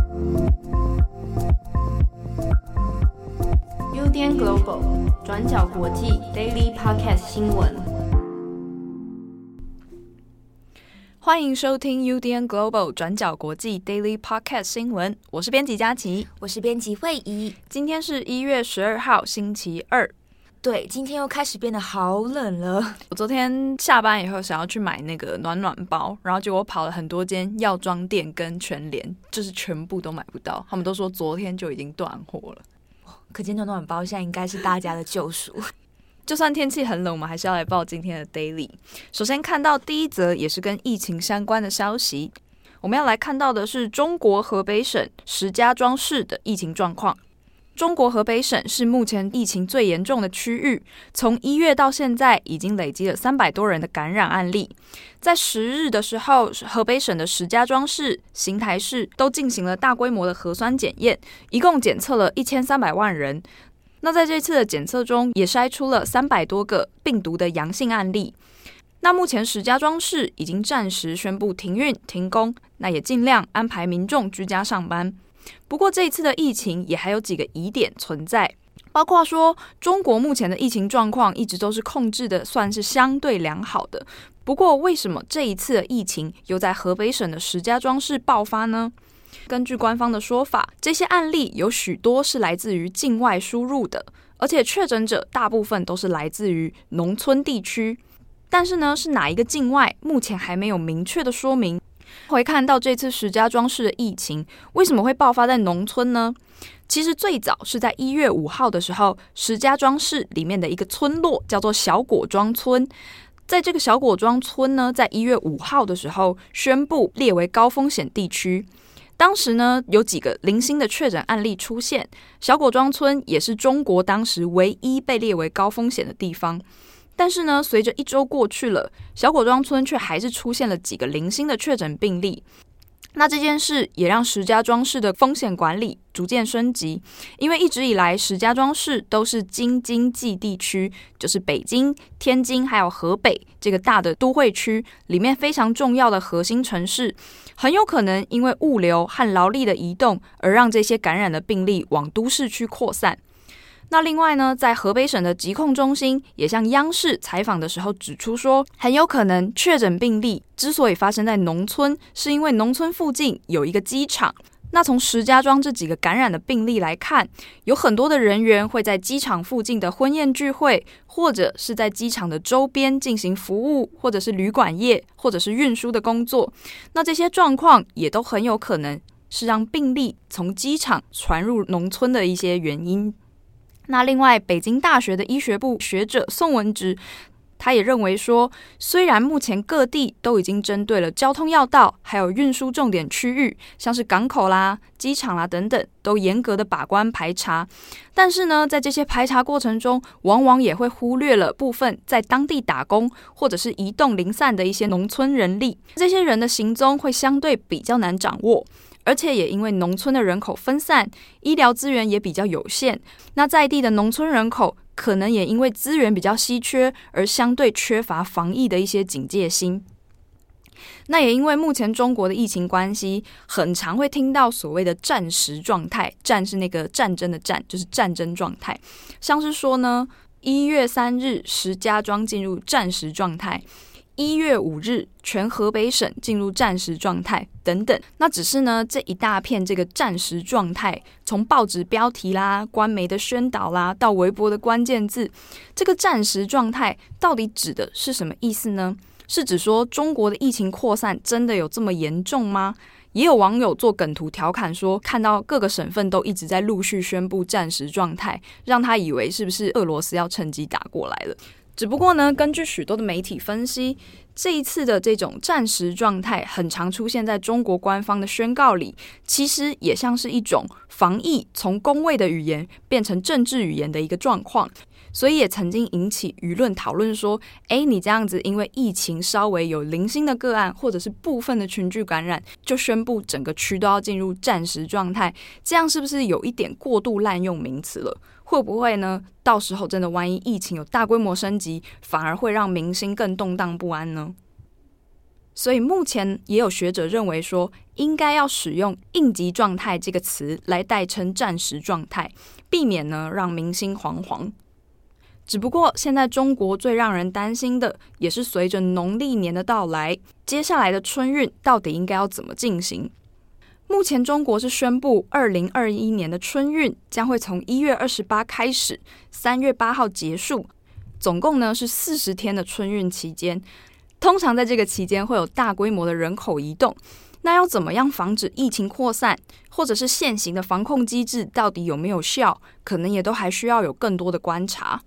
UDN Global 转角国际 Daily Podcast 新闻， 欢迎收听 UDN Global 转角国际 Daily Podcast 新闻，我是编辑佳琪， 我是编辑慧仪。 今天是1月12号星期二。 对，今天又开始变得好冷了。 我昨天下班以后想要去买那个暖暖包，然后结果跑了很多间药妆店跟全联，就是全部都买不到，他们都说昨天就已经断货了。 可见暖暖包现在应该是大家的救赎。 就算天气很冷，我们还是要来报今天的 Daily。 首先看到第一则也是跟疫情相关的消息，我们要来看到的是中国河北省石家庄市的疫情状况。中国河北省是目前疫情最严重的区域，从1月到现在已经累积了300多人的感染案例。在10日的时候，河北省的石家庄市、邢台市都进行了大规模的核酸检验，一共检测了1300万人。那在这次的检测中，也筛出了300多个病毒的阳性案例。那目前石家庄市已经暂时宣布停运停工，那也尽量安排民众居家上班。不过这一次的疫情也还有几个疑点存在，包括说中国目前的疫情状况一直都是控制的算是相对良好的，不过为什么这一次的疫情又在河北省的石家庄市爆发呢？根据官方的说法，这些案例有许多是来自于境外输入的，而且确诊者大部分都是来自于农村地区。但是呢，是哪一个境外，目前还没有明确的说明。回看到这次石家庄市的疫情，为什么会爆发在农村呢？其实最早是在1月5号的时候，石家庄市里面的一个村落叫做小果庄村。在这个小果庄村呢，在1月5号的时候宣布列为高风险地区。当时呢，有几个零星的确诊案例出现，小果庄村也是中国当时唯一被列为高风险的地方。但是呢，随着1周过去了，小果庄村却还是出现了几个零星的确诊病例。那这件事也让石家庄市的风险管理逐渐升级，因为一直以来石家庄市都是京津冀地区，就是北京、天津还有河北这个大的都会区里面非常重要的核心城市，很有可能因为物流和劳力的移动而让这些感染的病例往都市区扩散。那另外呢，在河北省的疾控中心也向央视采访的时候指出说，很有可能确诊病例之所以发生在农村，是因为农村附近有一个机场。那从石家庄这几个感染的病例来看，有很多的人员会在机场附近的婚宴聚会，或者是在机场的周边进行服务，或者是旅馆业，或者是运输的工作。那这些状况也都很有可能是让病例从机场传入农村的一些原因。那另外，北京大学的医学部学者宋文植，他也认为说，虽然目前各地都已经针对了交通要道还有运输重点区域，像是港口啦、机场啦等等，都严格的把关排查，但是呢，在这些排查过程中，往往也会忽略了部分在当地打工或者是移动零散的一些农村人力，这些人的行踪会相对比较难掌握。而且也因为农村的人口分散，医疗资源也比较有限，那在地的农村人口可能也因为资源比较稀缺，而相对缺乏防疫的一些警戒心。那也因为目前中国的疫情关系，很常会听到所谓的战时状态，战是那个战争的战，就是战争状态。像是说呢，1月3日石家庄进入战时状态，1月5日全河北省进入战时状态等等。那只是呢，这一大片这个战时状态，从报纸标题啦、官媒的宣导啦，到微博的关键字，这个战时状态到底指的是什么意思呢？是指说中国的疫情扩散真的有这么严重吗？也有网友做梗图调侃说，看到各个省份都一直在陆续宣布战时状态，让他以为是不是俄罗斯要趁机打过来了。只不过呢，根据许多的媒体分析，这一次的这种战时状态很常出现在中国官方的宣告里，其实也像是一种防疫从公卫的语言变成政治语言的一个状况。所以也曾经引起舆论讨论说，你这样子因为疫情稍微有零星的个案，或者是部分的群聚感染，就宣布整个区都要进入战时状态，这样是不是有一点过度滥用名词了？会不会呢？到时候真的万一疫情有大规模升级，反而会让民心更动荡不安呢？ 所以目前也有学者认为说，应该要使用应急状态这个词来代称战时状态，避免呢让民心惶惶。只不过现在中国最让人担心的，也是随着农历年的到来，接下来的春运到底应该要怎么进行？目前中国是宣布2021年的春运将会从1月28开始，3月8号结束，总共呢是40天的春运期间。通常在这个期间会有大规模的人口移动，那要怎么样防止疫情扩散，或者是现行的防控机制到底有没有效，可能也都还需要有更多的观察。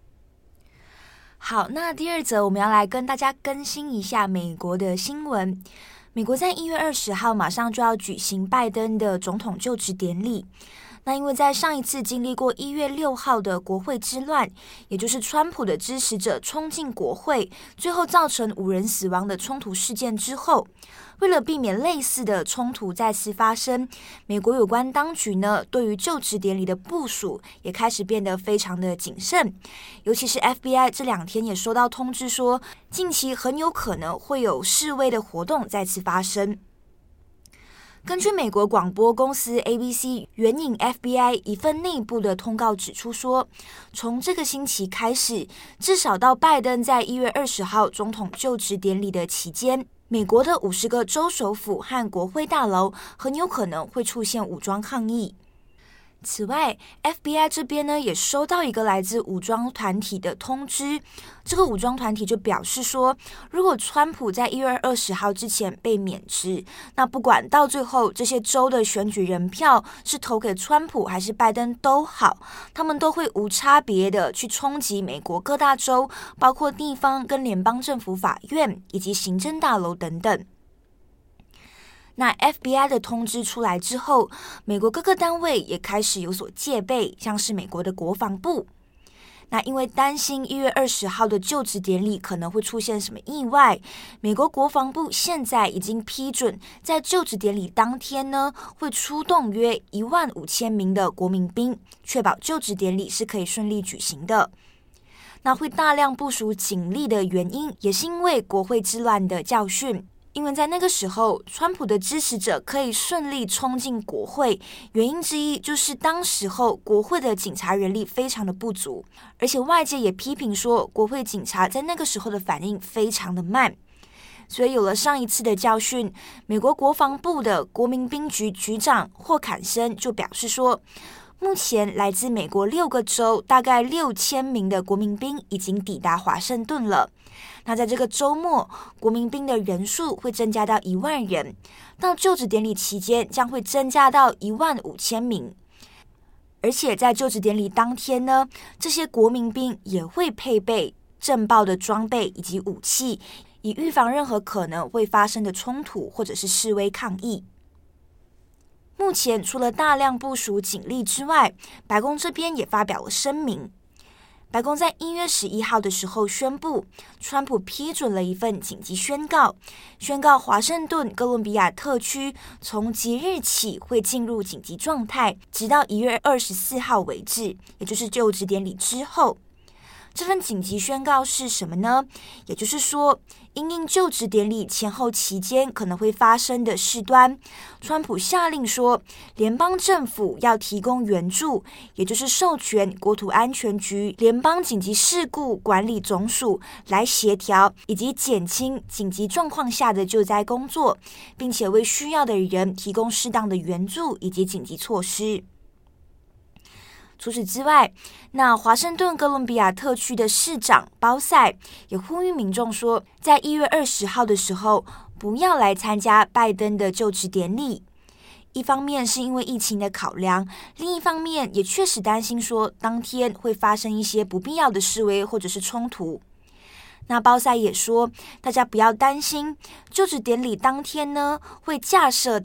好，那第二则我们要来跟大家更新一下美国的新闻。美国在1月20号马上就要举行拜登的总统就职典礼。那因为在上一次经历过1月6号的国会之乱，也就是川普的支持者冲进国会，最后造成5人死亡的冲突事件之后，为了避免类似的冲突再次发生，美国有关当局呢对于就职典礼的部署也开始变得非常的谨慎，尤其是 FBI 这2天也收到通知说，近期很有可能会有示威的活动再次发生。根据美国广播公司 ABC 援引 FBI 一份内部的通告指出说，从这个星期开始，至少到拜登在1月20号总统就职典礼的期间，美国的50个州首府和国会大楼很有可能会出现武装抗议。此外 FBI 这边呢也收到一个来自武装团体的通知，这个武装团体就表示说，如果川普在1月20号之前被免职，那不管到最后这些州的选举人票是投给川普还是拜登都好，他们都会无差别的去冲击美国各大州，包括地方跟联邦政府法院以及行政大楼等等。那 FBI 的通知出来之后，美国各个单位也开始有所戒备，像是美国的国防部。那因为担心1月20号的就职典礼可能会出现什么意外，美国国防部现在已经批准在就职典礼当天呢，会出动约15000名的国民兵，确保就职典礼是可以顺利举行的。那会大量部署警力的原因，也是因为国会之乱的教训。因为在那个时候，川普的支持者可以顺利冲进国会，原因之一就是当时候国会的警察人力非常的不足，而且外界也批评说，国会警察在那个时候的反应非常的慢。所以有了上一次的教训，美国国防部的国民兵局局长霍坎森就表示说，目前来自美国6个州大概6000名的国民兵已经抵达华盛顿了。那在这个周末，国民兵的人数会增加到1万人，到就职典礼期间将会增加到15000名。而且在就职典礼当天呢，这些国民兵也会配备震爆的装备以及武器，以预防任何可能会发生的冲突或者是示威抗议。目前除了大量部署警力之外，白宫这边也发表了声明。白宫在1月11号的时候宣布，川普批准了一份紧急宣告，宣告华盛顿哥伦比亚特区从即日起会进入紧急状态，直到1月24号为止，也就是就职典礼之后。这份紧急宣告是什么呢？也就是说，因应就职典礼前后期间可能会发生的事端，川普下令说，联邦政府要提供援助，也就是授权国土安全局、联邦紧急事故管理总署来协调以及减轻紧急状况下的救灾工作，并且为需要的人提供适当的援助以及紧急措施。除此之外，那华盛顿哥伦比亚特区的市长包塞也呼吁民众说，在1月20号的时候不要来参加拜登的就职典礼。一方面是因为疫情的考量，另一方面也确实担心说当天会发生一些不必要的示威或者是冲突。那包塞也说，大家不要担心，就职典礼当天呢，会架设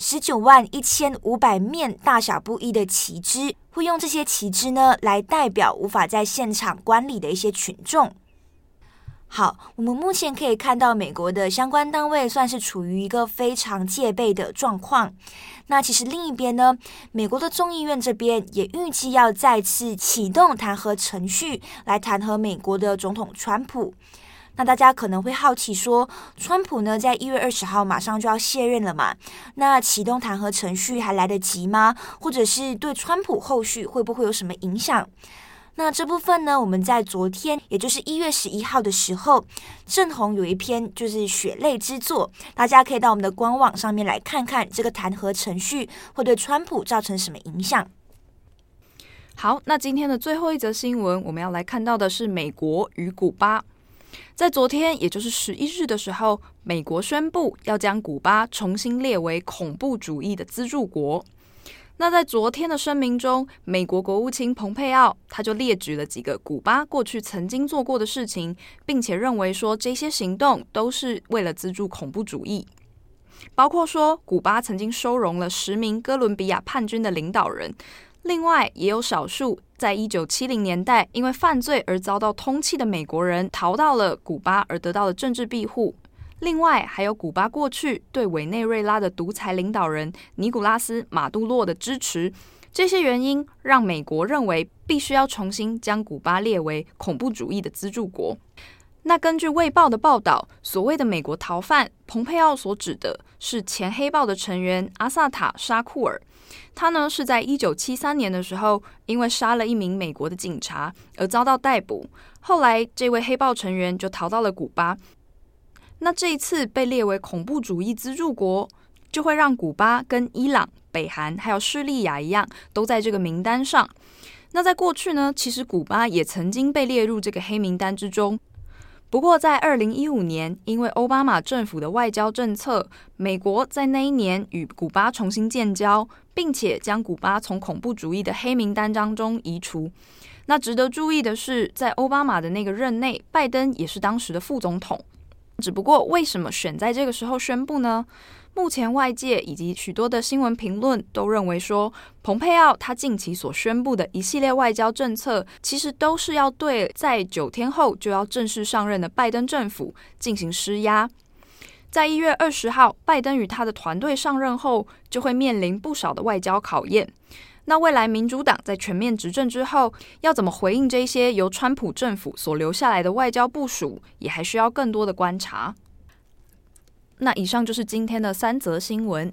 191500面大小不一的旗帜，会用这些旗帜呢来代表无法在现场观礼的一些群众。好，我们目前可以看到美国的相关单位算是处于一个非常戒备的状况。那其实另一边呢，美国的众议院这边也预计要再次启动弹劾程序，来弹劾美国的总统川普。 那大家可能会好奇说，川普呢在1月20号马上就要卸任了嘛？那启动弹劾程序还来得及吗？或者是对川普后续会不会有什么影响？那这部分呢，我们在昨天，也就是1月11号的时候，郑红有一篇就是血泪之作，大家可以到我们的官网上面来看看这个弹劾程序会对川普造成什么影响。 好，那今天的最后一则新闻，我们要来看到的是美国与古巴。在昨天，也就是11日的时候，美国宣布要将古巴重新列为恐怖主义的资助国。那在昨天的声明中，美国国务卿蓬佩奥他就列举了几个古巴过去曾经做过的事情，并且认为说这些行动都是为了资助恐怖主义，包括说古巴曾经收容了10名哥伦比亚叛军的领导人，另外也有少数在1970年代因为犯罪而遭到通缉的美国人逃到了古巴而得到了政治庇护。另外还有古巴过去对委内瑞拉的独裁领导人尼古拉斯·马杜洛的支持，这些原因让美国认为必须要重新将古巴列为恐怖主义的资助国。那根据《卫报》的报道，所谓的美国逃犯，蓬佩奥所指的是前黑豹的成员阿萨塔·沙库尔。他呢是在1973年的时候，因为杀了一名美国的警察而遭到逮捕，后来这位黑豹成员就逃到了古巴。那这一次被列为恐怖主义资助国，就会让古巴跟伊朗、北韩还有叙利亚一样，都在这个名单上。那在过去呢，其实古巴也曾经被列入这个黑名单之中。不过在2015年，因为奥巴马政府的外交政策，美国在那一年与古巴重新建交，并且将古巴从恐怖主义的黑名单当中移除。那值得注意的是，在奥巴马的那个任内，拜登也是当时的副总统。只不过为什么选在这个时候宣布呢？目前外界以及许多的新闻评论都认为说，蓬佩奥他近期所宣布的一系列外交政策，其实都是要对在9天后就要正式上任的拜登政府进行施压。在1月20号，拜登与他的团队上任后，就会面临不少的外交考验。那未来民主党在全面执政之后，要怎么回应这些由川普政府所留下来的外交部署，也还需要更多的观察。那以上就是今天的3则新闻。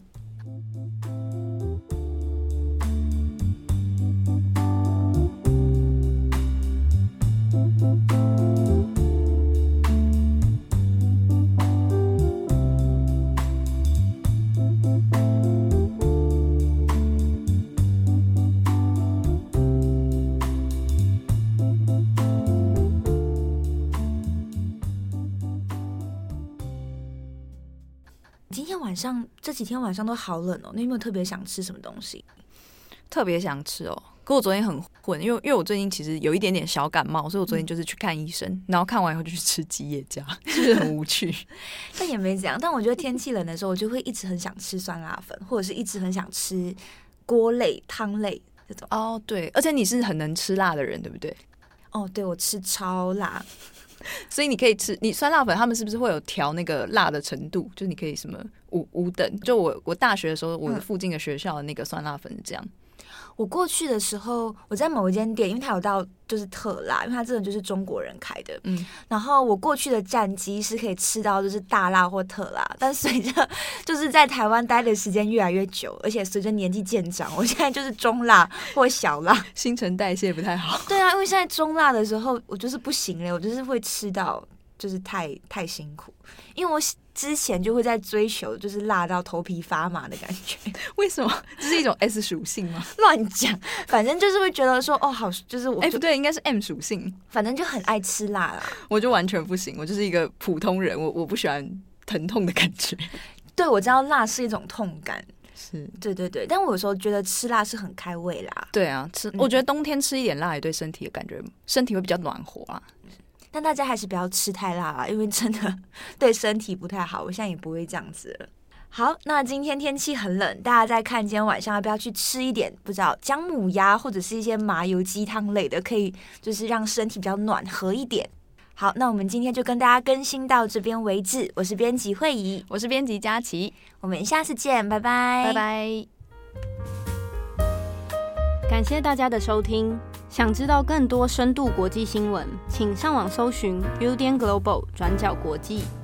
这几天晚上都好冷哦，你有没有特别想吃什么东西？ 特别想吃哦，可我昨天很混，因为我最近其实有一点点小感冒，所以我昨天就是去看医生，然后看完以后就去吃吉野家，是不是很无趣？ 但也没怎样。但我觉得天气冷的时候，我就会一直很想吃酸辣粉，或者是一直很想吃锅类、汤类这种。 哦，对，而且你是很能吃辣的人，对不对？ 哦，对，我吃超辣。 所以你可以吃，你酸辣粉他们是不是会有调那个辣的程度？就是你可以什么五等？就我大学的时候，我的附近的学校的那个酸辣粉是这样。 我过去的时候，我在某一间店，因为它有到就是特辣，因为它真的就是中国人开的。然后我过去的战绩是可以吃到就是大辣或特辣，但随着就是在台湾待的时间越来越久，而且随着年纪渐长，我现在就是中辣或小辣， 新陈代谢不太好。 对啊，因为现在中辣的时候，我就是不行了，我就是会吃到就是太辛苦，因为我之前就会在追求就是辣到头皮发麻的感觉。 为什么？这是一种 S 属性吗？ 乱讲，反正就是会觉得说哦好，就是我不对，应该是 M 属性。 反正就很爱吃辣啦。 我就完全不行，我就是一个普通人，我不喜欢疼痛的感觉。 对，我知道辣是一种痛感。 是， 对对对，但我有时候觉得吃辣是很开胃啦。 对啊，我觉得冬天吃一点辣也对身体的感觉，身体会比较暖和啊。 但大家还是不要吃太辣啦，因为真的对身体不太好。我现在也不会这样子了。好，那今天天气很冷，大家在看今天晚上要不要去吃一点不知道姜母鸭或者是一些麻油鸡汤类的，可以就是让身体比较暖和一点。好，那我们今天就跟大家更新到这边为止。我是编辑慧仪， 我是编辑佳琪， 我们下次见，拜拜， 拜拜。 感谢大家的收听。 想知道更多深度国际新闻，请上网搜寻 UDN Global 转角国际。